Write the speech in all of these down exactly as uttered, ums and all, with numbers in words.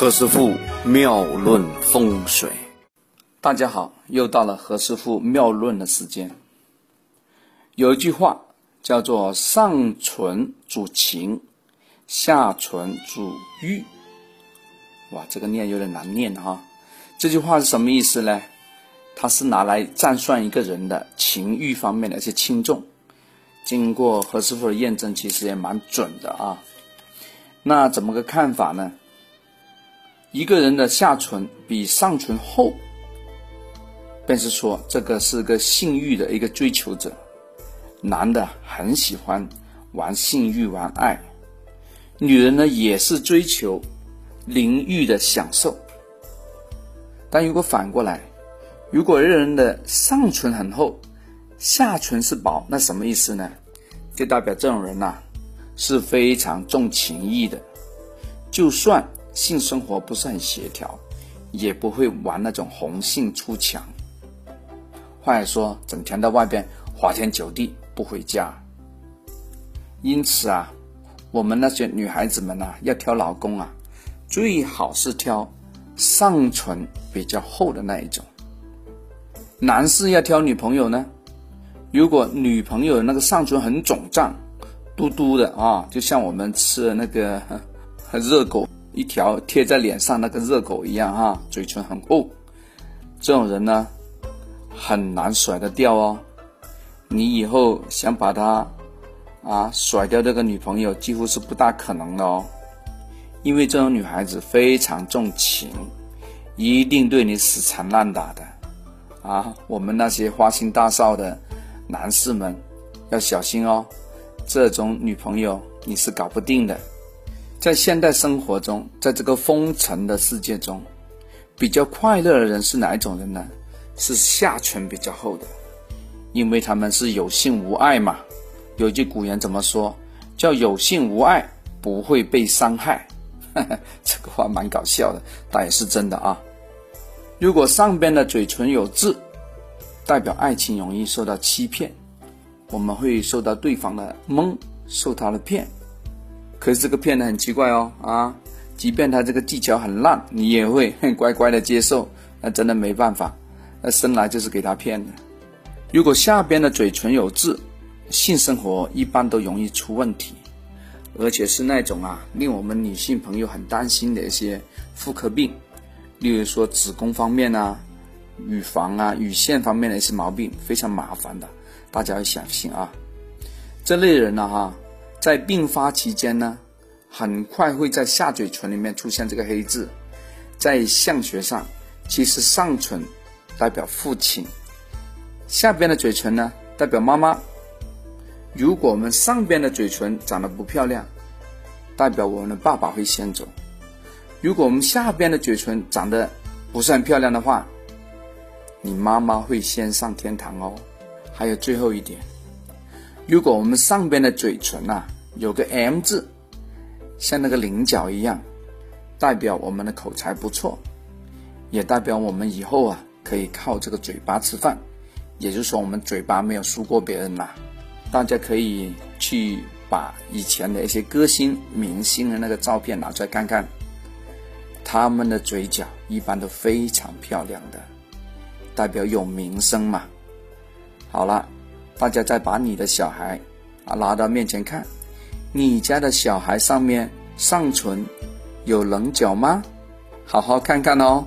何师傅妙论风水。大家好，又到了何师傅妙论的时间。有一句话叫做上唇主情，下唇主欲。哇，这个念有点难念哈。这句话是什么意思呢？它是拿来占算一个人的情欲方面的一些轻重。经过何师傅的验证，其实也蛮准的啊。那怎么个看法呢？一个人的下唇比上唇厚，便是说这个是个性欲的一个追求者，男的很喜欢玩性欲玩爱，女人呢也是追求灵欲的享受。但如果反过来，如果人的上唇很厚，下唇是薄，那什么意思呢？就代表这种人啊是非常重情义的，就算性生活不是很协调，也不会玩那种红杏出墙。话来说，整天在外边花天酒地不回家。因此啊，我们那些女孩子们啊，要挑老公啊，最好是挑上唇比较厚的那一种。男士要挑女朋友呢，如果女朋友那个上唇很肿胀嘟嘟的啊，就像我们吃的那个热狗一条贴在脸上那个热狗一样哈，嘴唇很厚，这种人呢很难甩得掉哦。你以后想把他啊甩掉这个女朋友几乎是不大可能的哦，因为这种女孩子非常重情，一定对你死缠烂打的啊。我们那些花心大少的男士们要小心哦，这种女朋友你是搞不定的。在现代生活中，在这个风尘的世界中，比较快乐的人是哪一种人呢？是下唇比较厚的，因为他们是有性无爱嘛。有一句古言怎么说？叫有性无爱，不会被伤害。这个话蛮搞笑的，但也是真的啊。如果上边的嘴唇有痣，代表爱情容易受到欺骗，我们会受到对方的蒙，受他的骗。可是这个骗得很奇怪哦啊！即便他这个技巧很烂，你也会乖乖的接受，那真的没办法，那生来就是给他骗的。如果下边的嘴唇有痣，性生活一般都容易出问题，而且是那种啊令我们女性朋友很担心的一些妇科病，例如说子宫方面啊、乳房啊、乳腺方面的一些毛病，非常麻烦的，大家要小心啊。这类人呢、啊、哈。在病发期间呢，很快会在下嘴唇里面出现这个黑痣。在相学上，其实上唇代表父亲，下边的嘴唇呢代表妈妈。如果我们上边的嘴唇长得不漂亮，代表我们的爸爸会先走；如果我们下边的嘴唇长得不是很漂亮的话，你妈妈会先上天堂哦。还有最后一点，如果我们上边的嘴唇啊有个 M 字，像那个菱角一样，代表我们的口才不错，也代表我们以后啊可以靠这个嘴巴吃饭，也就是说我们嘴巴没有输过别人啦。大家可以去把以前的一些歌星明星的那个照片拿出来看看，他们的嘴角一般都非常漂亮的，代表有名声嘛。好了，大家再把你的小孩啊拉到面前看，你家的小孩上面上唇有棱角吗？好好看看哦。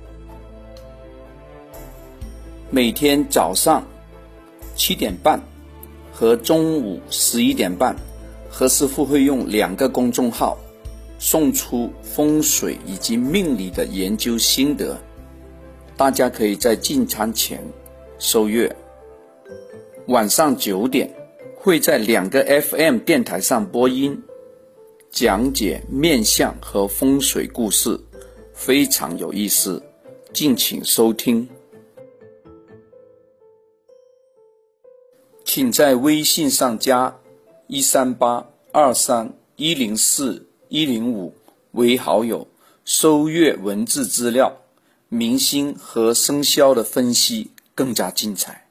每天早上七点半和中午十一点半，何师傅会用两个公众号送出风水以及命理的研究心得，大家可以在进餐前收阅。晚上九点会在两个 F M 电台上播音，讲解面相和风水故事，非常有意思，敬请收听。请在微信上加一三八二三一零四一零五为好友，收阅文字资料，明星和生肖的分析更加精彩。